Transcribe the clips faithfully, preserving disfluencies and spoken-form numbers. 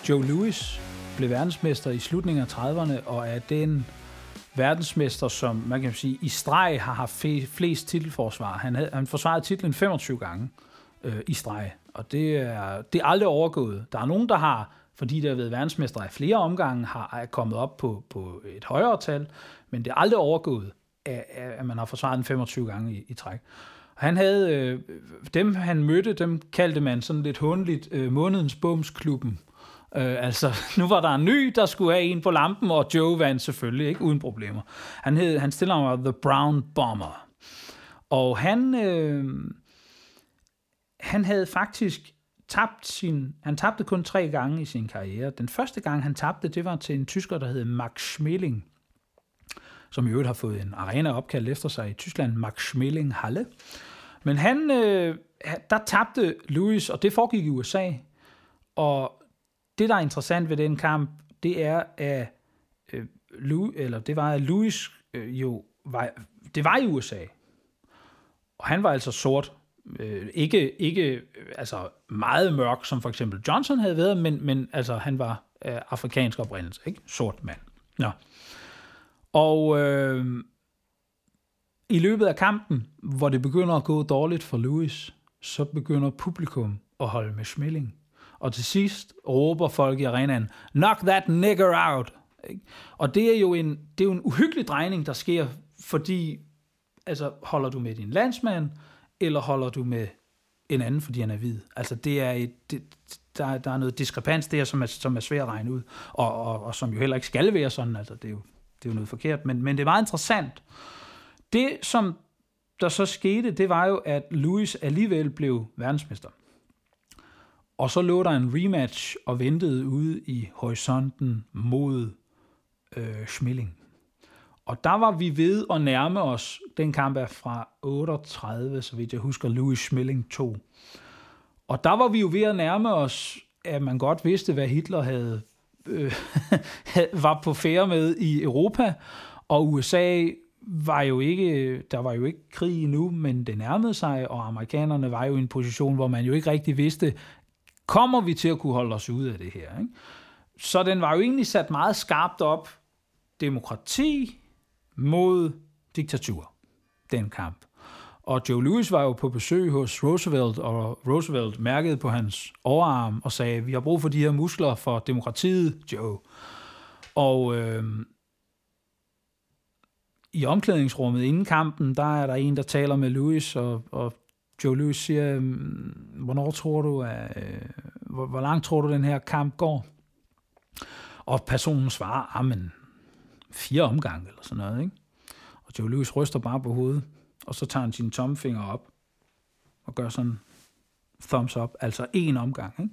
Joe Louis blev verdensmester i slutningen af trediverne, og er den verdensmester, som man kan sige, i streg har haft flest titelforsvar. Han, havde, han forsvarede titlen femogtyve gange øh, i streg, og det er, det er aldrig overgået. Der er nogen, der har, fordi der har været verdensmester i flere omgange, har er kommet op på, på et højere tal, men det er aldrig overgået, at, at man har forsvaret den femogtyve gange i, i træk. Han havde, øh, dem han mødte, dem kaldte man sådan lidt håndeligt øh, månedens bumsklubben. Øh, altså, nu var der en ny, der skulle have en på lampen, og Joe vandt selvfølgelig, ikke uden problemer. Han, hed, han stiller mig The Brown Bomber. Og han, øh, han havde faktisk tabt sin, han tabte kun tre gange i sin karriere. Den første gang, han tabte, det var til en tysker, der hed Max Schmeling, som i øvrigt har fået en arena opkaldt efter sig i Tyskland, Max Schmeling Halle. Men han, øh, der tabte Louis, og det foregik i U S A. Og det, der er interessant ved den kamp, det er, at øh, Louis, eller det var, at Louis øh, jo var, det var i U S A. Og han var altså sort. Øh, ikke ikke øh, altså meget mørk, som for eksempel Johnson havde været, men, men altså, han var øh, afrikansk oprindelse, ikke? Sort mand. Ja. Og øh, i løbet af kampen, hvor det begynder at gå dårligt for Louis, så begynder publikum at holde med Schmeling. Og til sidst råber folk i arenaen, knock that nigger out. Og det er jo en, det er jo en uhyggelig drejning, der sker, fordi altså, holder du med din landsmand, eller holder du med en anden, fordi han er hvid? Altså det er et, det, der, der er noget diskrepans der, som er, som er svært at regne ud, og, og, og som jo heller ikke skal være sådan, altså det er jo, det er jo noget forkert, men, men det er meget interessant. Det, som der så skete, det var jo, at Louis alligevel blev verdensmester. Og så lå der en rematch og ventede ude i horisonten mod øh, Schmeling. Og der var vi ved at nærme os, den kamp er fra otteogtredive, så vidt jeg husker, Louis Schmeling to. Og der var vi jo ved at nærme os, at man godt vidste, hvad Hitler havde, øh, var på færde med i Europa, og U S A var jo ikke, der var jo ikke krig endnu, men det nærmede sig, og amerikanerne var jo i en position, hvor man jo ikke rigtig vidste, kommer vi til at kunne holde os ud af det her, ikke? Så den var jo egentlig sat meget skarpt op, demokrati mod diktatur, den kamp. Og Joe Louis var jo på besøg hos Roosevelt, og Roosevelt mærkede på hans overarm og sagde, vi har brug for de her muskler for demokratiet, Joe. Og øh, i omklædningsrummet inden kampen, der er der en, der taler med Louis, og, og Joe Louis siger, hvornår tror du, at, øh, hvor, hvor langt tror du, den her kamp går? Og personen svarer, ah, men fire omgange eller sådan noget, ikke? Og Joe Louis ryster bare på hovedet, og så tager han sine tommelfinger op og gør sådan thumbs up, altså en omgang, ikke?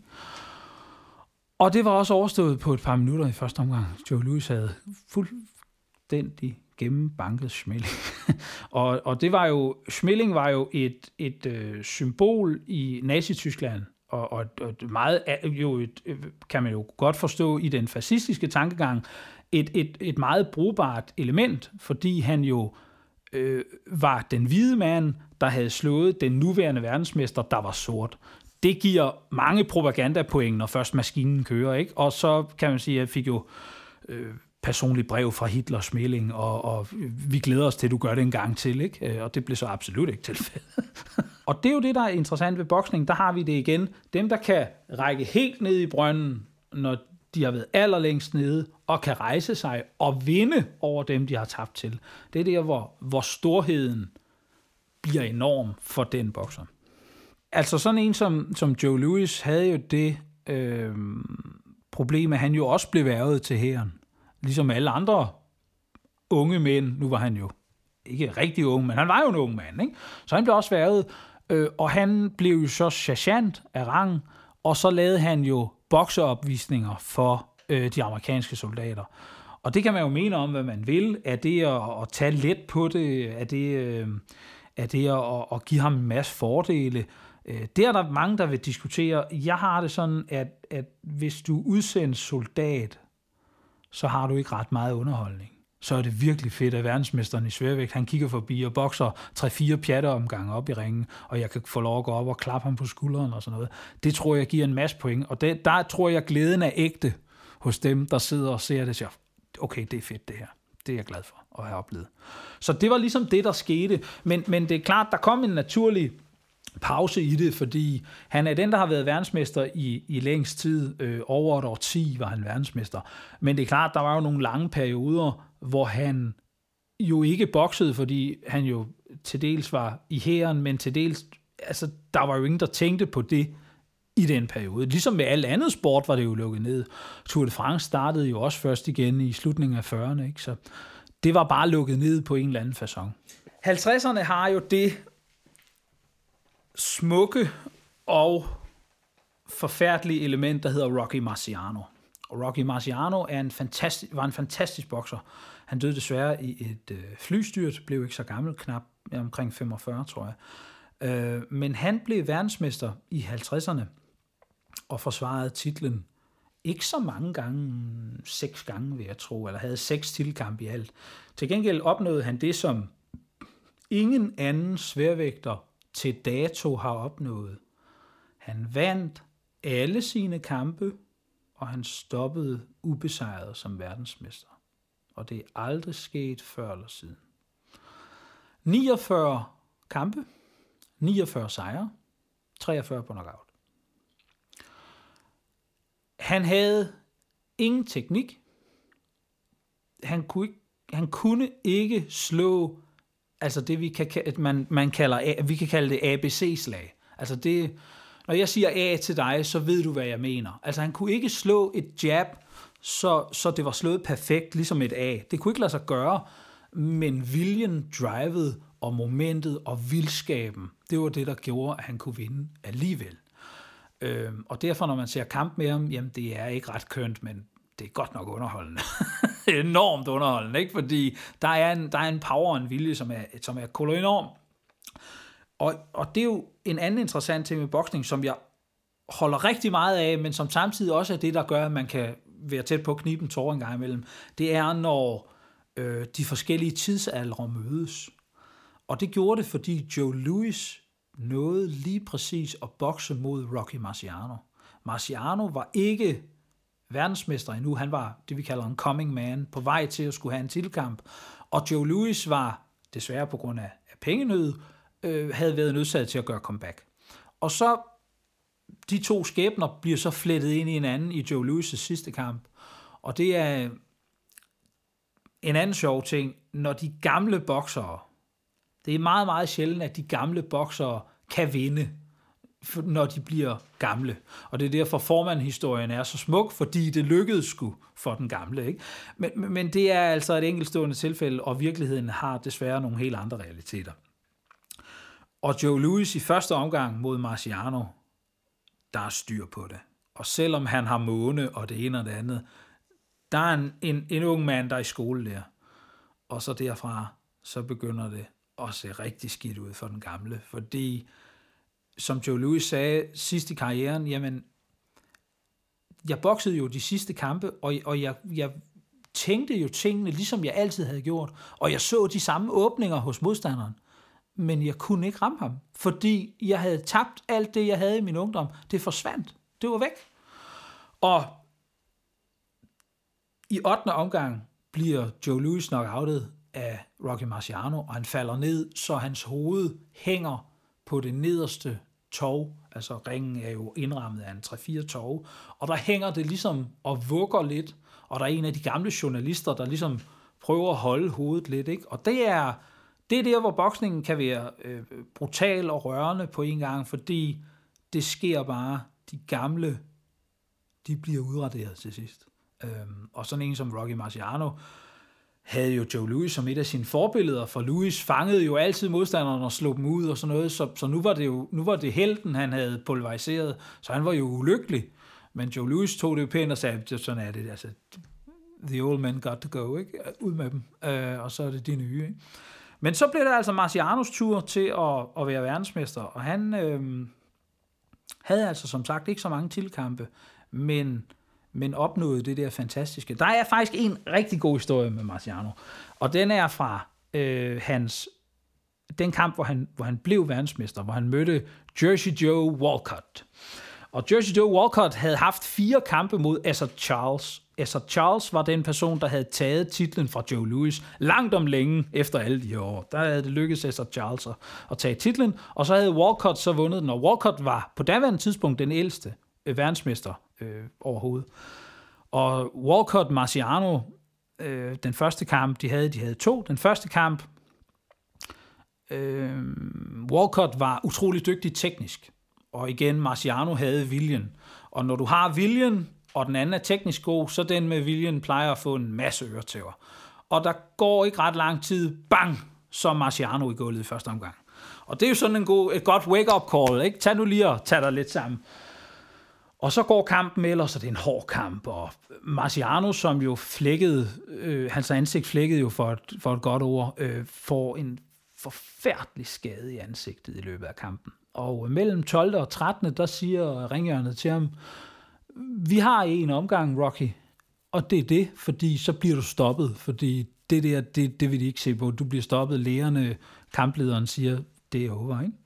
Og det var også overstået på et par minutter i første omgang. Joe Louis havde fuldstændig gennembanket Schmeling. og, og det var jo, Schmeling var jo et, et øh, symbol i Nazi-Tyskland, og, og, og meget, jo et, kan man jo godt forstå i den fascistiske tankegang, et, et, et meget brugbart element, fordi han jo øh, var den hvide mand, der havde slået den nuværende verdensmester, der var sort. Det giver mange propagandapoint, når først maskinen kører, ikke? Og så kan man sige, at jeg fik jo øh, personligt brev fra Hitler Schmeling, og, og vi glæder os til, at du gør det en gang til, ikke? Og det blev så absolut ikke tilfældet. Og det er jo det, der er interessant ved boksning. Der har vi det igen. Dem, der kan række helt ned i brønden, når de har været allerlængst nede, og kan rejse sig og vinde over dem, de har tabt til. Det er der, hvor, hvor storheden bliver enorm for den bokser. Altså sådan en som, som Joe Louis havde jo det øh, problem, at han jo også blev hvervet til hæren. Ligesom alle andre unge mænd. Nu var han jo ikke rigtig ung, men han var jo en ung mand, ikke? Så han blev også hvervet, øh, og han blev jo så sergeant af rang, og så lavede han jo bokseopvisninger for øh, de amerikanske soldater. Og det kan man jo mene om, hvad man vil. Er det at, at tage let på det? Er det, øh, er det at, at give ham en masse fordele? Øh, det er der mange, der vil diskutere. Jeg har det sådan, at, at hvis du udsendes soldat, så har du ikke ret meget underholdning. så er det virkelig fedt, at verdensmesteren i sværvægt, han kigger forbi og bokser tre-fire pjatteomgange op i ringen, og jeg kan få lov at gå op og klappe ham på skulderen og sådan noget. Det tror jeg giver en masse point, og det, der tror jeg, glæden er ægte hos dem, der sidder og ser det og siger, okay, det er fedt det her. Det er jeg glad for at have oplevet. Så det var ligesom det, der skete. Men, men det er klart, der kom en naturlig pause i det, fordi han er den, der har været verdensmester i, i længst tid. Øh, over et årti var han verdensmester. Men det er klart, der var jo nogle lange perioder, hvor han jo ikke boksede, fordi han jo til dels var i hæren, men til dels, altså, der var jo ingen, der tænkte på det i den periode. Ligesom med alt andet sport var det jo lukket ned. Tour de France startede jo også først igen i slutningen af fyrrerne, ikke? Så det var bare lukket ned på en eller anden facon. halvtredserne har jo det smukke og forfærdelige element, der hedder Rocky Marciano. Og Rocky Marciano er en fantastisk, var en fantastisk bokser. Han døde desværre i et øh, flystyrt, blev ikke så gammel, knap omkring femogfyrre, tror jeg. Øh, men han blev verdensmester i halvtredserne og forsvarede titlen ikke så mange gange, seks gange vil jeg tro, eller havde seks titelkampe i alt. Til gengæld opnåede han det, som ingen anden sværvægter til dato har opnået. Han vandt alle sine kampe, og han stoppede ubesejret som verdensmester. Og det er aldrig sket før eller siden. niogfyrre kampe, niogfyrre sejre, treogfyrre på knockout. Han havde ingen teknik. Han kunne ikke, han kunne ikke slå, altså det vi kan man man kalder vi kan kalde det A B C-slag. Altså det, når jeg siger A til dig, så ved du hvad jeg mener. Altså han kunne ikke slå et jab, så så det var slået perfekt ligesom et A. Det kunne ikke lade sig gøre, men viljen, drivet og momentet og vildskaben, det var det der gjorde at han kunne vinde alligevel. Øhm, og derfor, når man ser kamp med ham, jamen det er ikke ret kønt, men det er godt nok underholdende. Enormt underholdende, ikke? Fordi der er en, der er en power og en vilje, som er, som er koloenorm. Og, og det er jo en anden interessant ting med boksning, som jeg holder rigtig meget af, men som samtidig også er det, der gør, at man kan være tæt på kniben tårer en gang imellem. Det er, når øh, de forskellige tidsaldre mødes. Og det gjorde det, fordi Joe Louis nåede lige præcis at bokse mod Rocky Marciano. Marciano var ikke verdensmester endnu. Han var det, vi kalder en coming man, på vej til at skulle have en titelkamp. Og Joe Louis var, desværre på grund af, af pengenød, øh, havde været nødsaget til at gøre comeback. Og så, de to skæbner bliver så flettet ind i hinanden i Joe Louis' sidste kamp. Og det er en anden sjov ting, når de gamle boksere, det er meget, meget sjældent, at de gamle boksere kan vinde, når de bliver gamle. Og det er derfor, formandhistorien er så smuk, fordi det lykkedes sgu for den gamle. Ikke? Men, men det er altså et enkeltstående tilfælde, og virkeligheden har desværre nogle helt andre realiteter. Og Joe Louis i første omgang mod Marciano, der er styr på det. Og selvom han har måne og det ene og det andet, der er en, en, en ung mand, der er i skole der. Og så derfra, så begynder det at se rigtig skidt ud for den gamle. Fordi, som Joe Louis sagde sidst i karrieren, jamen, jeg boksede jo de sidste kampe, og, og jeg, jeg tænkte jo tingene, ligesom jeg altid havde gjort. Og jeg så de samme åbninger hos modstanderen. Men jeg kunne ikke ramme ham, fordi jeg havde tabt alt det, jeg havde i min ungdom. Det forsvandt. Det var væk. Og i ottende omgang bliver Joe Louis knockoutet af Rocky Marciano, og han falder ned, så hans hoved hænger på det nederste tov. Altså ringen er jo indrammet af en tre-fire tov. Og der hænger det ligesom og vugger lidt, og der er en af de gamle journalister, der ligesom prøver at holde hovedet lidt. Ikke? Og det er, det er der, hvor boksningen kan være øh, brutal og rørende på en gang, fordi det sker bare, de gamle, de bliver udraderet til sidst. Øhm, og sådan en som Rocky Marciano havde jo Joe Louis som et af sine forbilleder, for Louis fangede jo altid modstanderne og slog dem ud og sådan noget, så, så nu var det jo nu var det helten, han havde pulveriseret, så han var jo ulykkelig. Men Joe Louis tog det jo pænt og sagde, sådan er det, altså, the old men got to go, ikke? Ud med dem, øh, og så er det de nye. Ikke? Men så blev det altså Marcianos tur til at, at være verdensmester, og han øh, havde altså som sagt ikke så mange titelkampe, men men opnåede det der fantastiske. Der er faktisk en rigtig god historie med Marciano, og den er fra øh, hans den kamp, hvor han, hvor han blev verdensmester, hvor han mødte Jersey Joe Walcott. Og Jersey Joe Walcott havde haft fire kampe mod Ezzard Charles. Ezzard Charles var den person, der havde taget titlen fra Joe Louis langt om længe efter alle de her år. Der havde det lykkedes Ezzard Charles at, at tage titlen, og så havde Walcott så vundet den, og Walcott var på daværende tidspunkt den ældste øh, verdensmester øh, overhovedet. Og Walcott Marciano, øh, den første kamp, de havde, de havde to. Den første kamp, øh, Walcott var utrolig dygtig teknisk, og igen, Marciano havde viljen. Og når du har viljen, og den anden er teknisk god, så den med viljen plejer at få en masse øretæver. Og der går ikke ret lang tid, bang, så Marciano i gulvet i første omgang. Og det er jo sådan en god, et godt wake-up call, ikke? Tag nu lige og tag dig lidt sammen. Og så går kampen ellers, og det er en hård kamp, og Marciano, som jo flækkede, øh, hans ansigt flækkede jo for et, for et godt ord, øh, får en forfærdelig skade i ansigtet i løbet af kampen. Og mellem tolvte og trettende, der siger ringhjørnet til ham, vi har en omgang, Rocky, og det er det, fordi så bliver du stoppet, fordi det der, det, det vil de ikke se på. Du bliver stoppet, lægerne, kamplederen siger, det er over, ikke?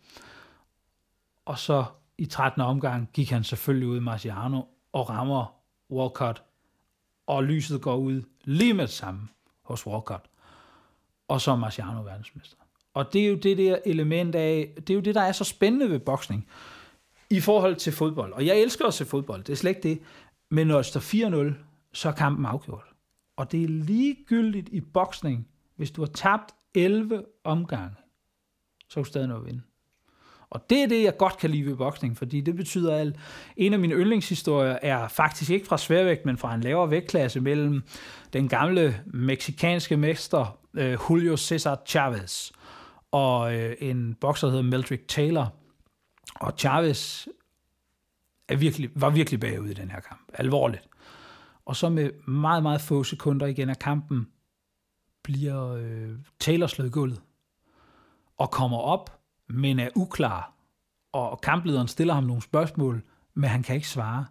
Og så i trettende omgang gik han selvfølgelig ud i Marciano og rammer Walcott, og lyset går ud lige med det samme hos Walcott. Og så er Marciano verdensmester. Og det er jo det der element af, det er jo det, der er så spændende ved boksning i forhold til fodbold. Og jeg elsker at se fodbold, det er slet ikke det. Men når det står fire nul, så er kampen afgjort. Og det er ligegyldigt i boksning, hvis du har tabt elleve omgange, så er du stadig noget at vinde. Og det er det, jeg godt kan lide ved boksning, fordi det betyder, at en af mine yndlingshistorier er faktisk ikke fra sværvægt, men fra en lavere vægtklasse mellem den gamle meksikanske mester øh, Julio Cesar Chavez og øh, en bokser, der hedder Meldrick Taylor. Og Chavez er virkelig, var virkelig bagud i den her kamp. Alvorligt. Og så med meget, meget få sekunder igen af kampen bliver øh, Taylor slået i gulvet og kommer op, men er uklar, og kamplederen stiller ham nogle spørgsmål, men han kan ikke svare.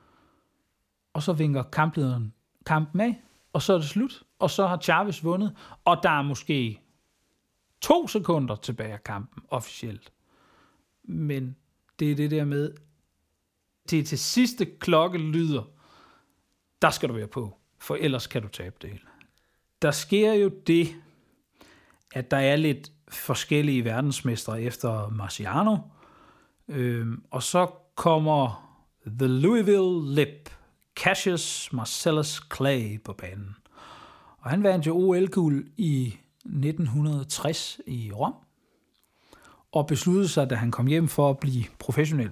Og så vinker kamplederen kampen af, og så er det slut, og så har Chavez vundet, og der er måske to sekunder tilbage af kampen, officielt. Men det er det der med, det er til sidste klokke lyder, der skal du være på, for ellers kan du tabe det hele. Der sker jo det, at der er lidt forskellige verdensmestre efter Marciano, øhm, og så kommer The Louisville Lip, Cassius Marcellus Clay på banen. Og han vandt jo O L-guld i nitten tres i Rom, og besluttede sig, da han kom hjem, for at blive professionel.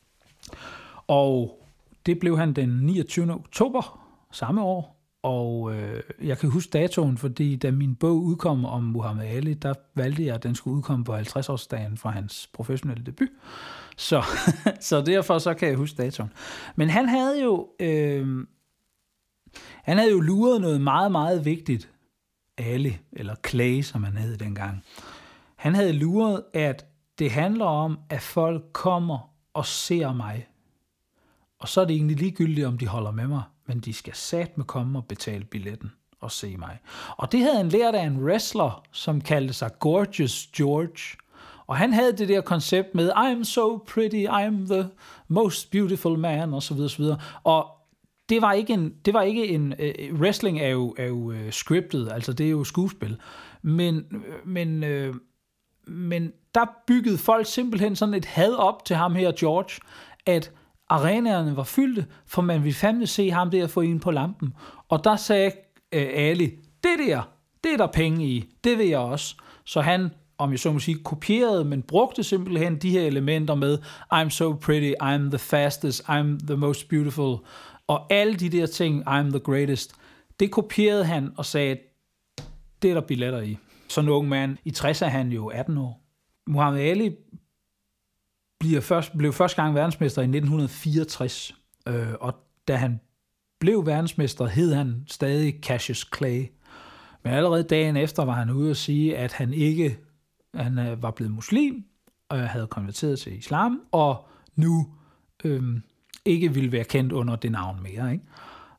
Og det blev han den niogtyvende oktober samme år, og øh, jeg kan huske datoen, fordi da min bog udkom om Muhammad Ali, der valgte jeg, at den skulle udkomme på halvtreds-årsdagen fra hans professionelle debut. Så, så derfor så kan jeg huske datoen. Men han havde jo øh, han havde jo luret noget meget, meget vigtigt, Ali, eller Clay, som han hed dengang. Han havde luret, at det handler om, at folk kommer og ser mig. Og så er det egentlig ligegyldigt, om de holder med mig, men de skal satme komme og betale billetten og se mig. Og det havde han lært af en wrestler, som kaldte sig Gorgeous George. Og han havde det der koncept med, I'm so pretty, I'm the most beautiful man, og så videre, så videre. Og det var ikke en, det var ikke en uh, wrestling er jo, er jo uh, scriptet, altså det er jo skuespil. Men, men, uh, men der byggede folk simpelthen sådan et had op til ham her, George, at arenaerne var fyldte, for man ville fandme se ham der få en på lampen. Og der sagde øh, Ali, det der, det er der penge i, det vil jeg også. Så han, om jeg så må sige, kopierede, men brugte simpelthen de her elementer med, I'm so pretty, I'm the fastest, I'm the most beautiful, og alle de der ting, I'm the greatest, det kopierede han og sagde, det er der billetter i. Sådan en ung mand, i tres er han jo atten år. Muhammad Ali Blev, først, blev første gang verdensmester i nitten fireogtres, øh, og da han blev verdensmester, hed han stadig Cassius Clay. Men allerede dagen efter var han ude at sige, at han ikke han, øh, var blevet muslim, og havde konverteret til islam, og nu øh, ikke ville være kendt under det navn mere. Ikke?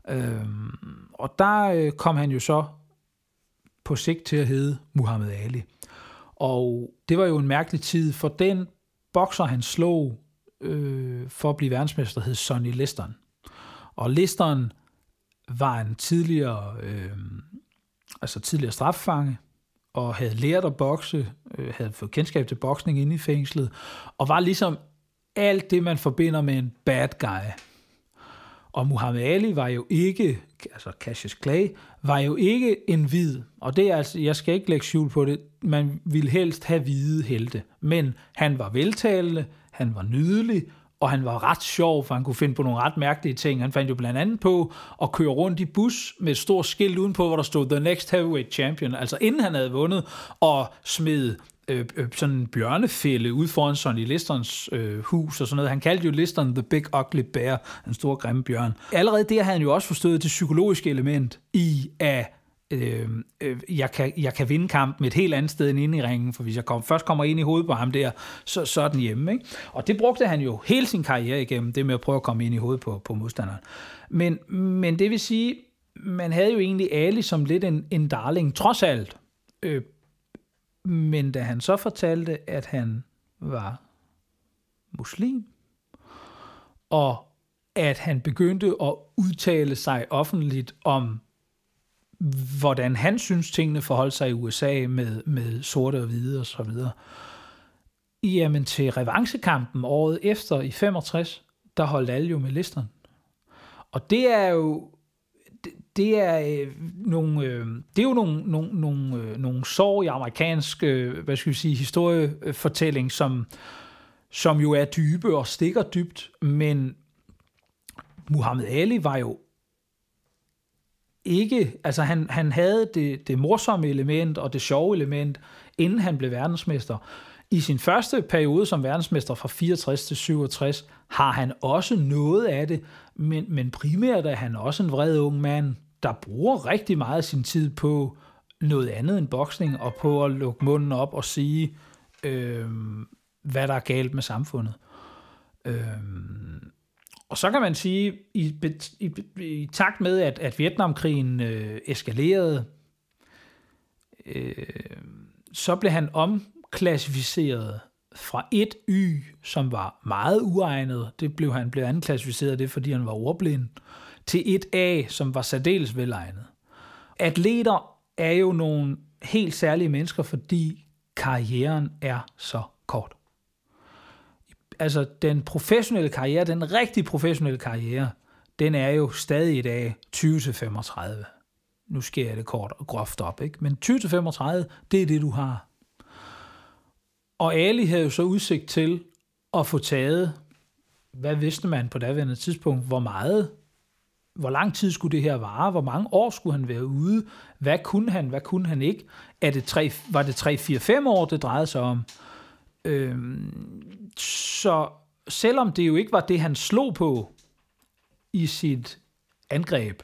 Øhm, og der øh, kom han jo så på sigt til at hedde Muhammad Ali. Og det var jo en mærkelig tid, for den bokser, han slog øh, for at blive verdensmester, hed Sonny Liston. Og Liston var en tidligere, øh, altså tidligere straffange, og havde lært at bokse, øh, havde fået kendskab til boksning inde i fængslet, og var ligesom alt det, man forbinder med en bad guy. Og Muhammad Ali var jo ikke, altså Cassius Clay, var jo ikke en hvid, og det er altså, jeg skal ikke lægge skjul på det, man ville helst have hvide helte, men han var veltalende, han var nydelig, og han var ret sjov, for han kunne finde på nogle ret mærkelige ting. Han fandt jo blandt andet på at køre rundt i bus med et stort skilt udenpå, hvor der stod The Next Heavyweight Champion, altså inden han havde vundet, og smed øh, øh, sådan en bjørnefælde ud foran Sonny Listons øh, hus og sådan noget. Han kaldte jo Liston The Big Ugly Bear, en stor grimme bjørn. Allerede der havde han jo også forstået det psykologiske element i, at øh, øh, jeg, kan, jeg kan vinde kampen et helt andet sted end inde i ringen, for hvis jeg kom, først kommer ind i hovedet på ham der, så, så er den hjemme. Ikke? Og det brugte han jo hele sin karriere igennem, det med at prøve at komme ind i hovedet på, på modstanderen. Men, men det vil sige, man havde jo egentlig Ali som lidt en, en darling, trods alt. Øh, men da han så fortalte, at han var muslim, og at han begyndte at udtale sig offentligt om, hvordan han synes tingene forholdt sig i U S A med, med sorte og hvide og så videre. Jamen til revanchekampen året efter i femogtres, der holdt alle jo med Liston. Og det er jo det, det er øh, nogle øh, det er jo nogle nogle nogle, øh, nogle sår i amerikansk øh, hvad skal vi sige historiefortælling, som som jo er dybe og stikker dybt, men Muhammad Ali var jo ikke, altså han, han havde det, det morsomme element og det sjove element, inden han blev verdensmester. I sin første periode som verdensmester fra fireogtres til syvogtres har han også noget af det, men, men primært er han også en vred ung mand, der bruger rigtig meget af sin tid på noget andet end boksning, og på at lukke munden op og sige, øh, hvad der er galt med samfundet. Øh, Og så kan man sige, i, i, i takt med, at, at Vietnamkrigen øh, eskalerede, øh, så blev han omklassificeret fra et Y, som var meget uegnet, det blev han blev anklassificeret det, fordi han var ordblind, til et A, som var særdeles velegnet. Atleter er jo nogle helt særlige mennesker, fordi karrieren er så kort. Altså, den professionelle karriere, den rigtig professionelle karriere, den er jo stadig i dag tyve til femogtredive. Nu sker jeg det kort og groft op, ikke? Men tyve til femogtredive, det er det, du har. Og Ali havde jo så udsigt til at få taget, hvad vidste man på daværende tidspunkt, hvor meget, hvor lang tid skulle det her vare, hvor mange år skulle han være ude, hvad kunne han, hvad kunne han ikke, er det tre, var det tre, fire, fem år, det drejede sig om? Øhm, så selvom det jo ikke var det, han slog på i sit angreb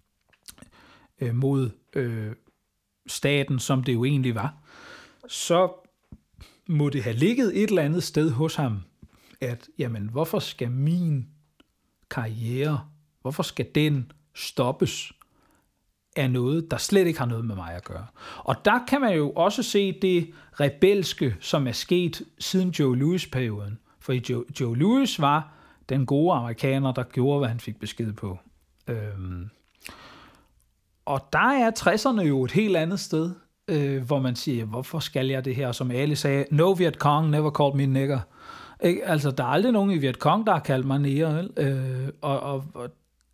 øh, mod øh, staten, som det jo egentlig var, så må det have ligget et eller andet sted hos ham, at jamen, hvorfor skal min karriere, hvorfor skal den stoppes af noget, der slet ikke har noget med mig at gøre. Og der kan man jo også se det rebelske, som er sket siden Joe Louis-perioden. For Joe, Joe Louis var den gode amerikaner, der gjorde, hvad han fik besked på. Øhm. Og der er tresserne jo et helt andet sted, øh, hvor man siger, hvorfor skal jeg det her? Som Ali sagde, no Viet Cong never called me nigger. Ikke? Altså, der er aldrig nogen i Viet Cong, der har kaldt mig nigger. Øh, og, og, og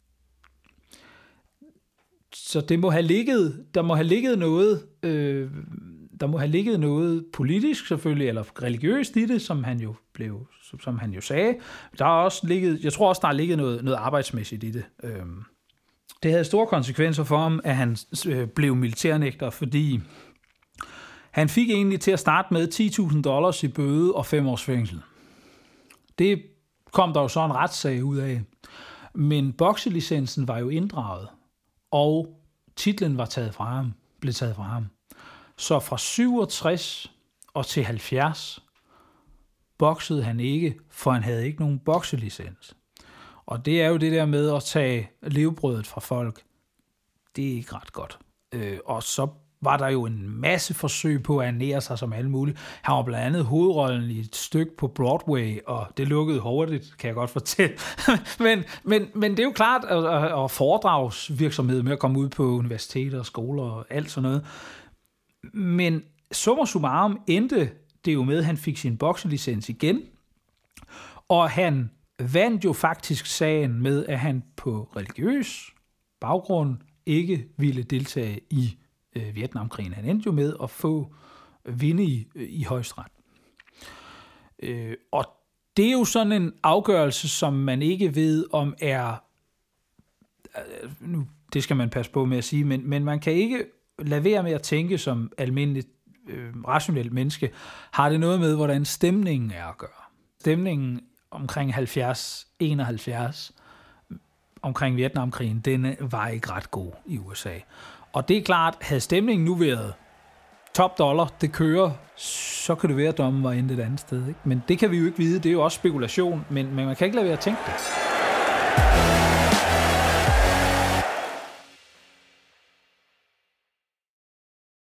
så det må have ligget, der må have ligget noget, øh, der må have ligget noget politisk selvfølgelig, eller religiøst i det, som han jo blev, som han jo sagde. Der er også ligget, jeg tror også, der har ligget noget, noget arbejdsmæssigt i det. Øh, det havde store konsekvenser for ham, at han øh, blev militærnægter, fordi han fik egentlig til at starte med ti tusind dollars i bøde og fem års fængsel. Det kom der jo så en retssag ud af. Men bokselicensen var jo inddraget, og titlen var taget fra ham, blev taget fra ham. Så fra syvogtres og til halvfjerds boksede han ikke, for han havde ikke nogen bokselicens. Og det er jo det der med at tage levebrødet fra folk. Det er ikke ret godt. Øh, og så var der jo en masse forsøg på at ernære sig som alle mulige. Han var blandt andet hovedrollen i et stykke på Broadway, og det lukkede hurtigt, kan jeg godt fortælle. men, men, men det er jo klart, at, at foredragsvirksomhed med at komme ud på universiteter og skoler og alt sådan noget. Men summa summarum endte det jo med, at han fik sin bokselicens igen, og han vandt jo faktisk sagen med, at han på religiøs baggrund ikke ville deltage i øh, Vietnamkrigen. Han endte jo med at få vinde i, i højesteret. Øh, og det er jo sådan en afgørelse, som man ikke ved, om er... Øh, nu, det skal man passe på med at sige, men, men man kan ikke lade være med at tænke som almindeligt øh, rationelt menneske. Har det noget med, hvordan stemningen er at gøre? Stemningen omkring halvfjerds enoghalvfjerds omkring Vietnamkrigen, den var ikke ret god i U S A. Og det er klart, havde stemningen nu været top dollar, det kører, så kan det være, at dommen var endt et andet sted. Ikke? Men det kan vi jo ikke vide, det er jo også spekulation, men, men man kan ikke lade være at tænke det.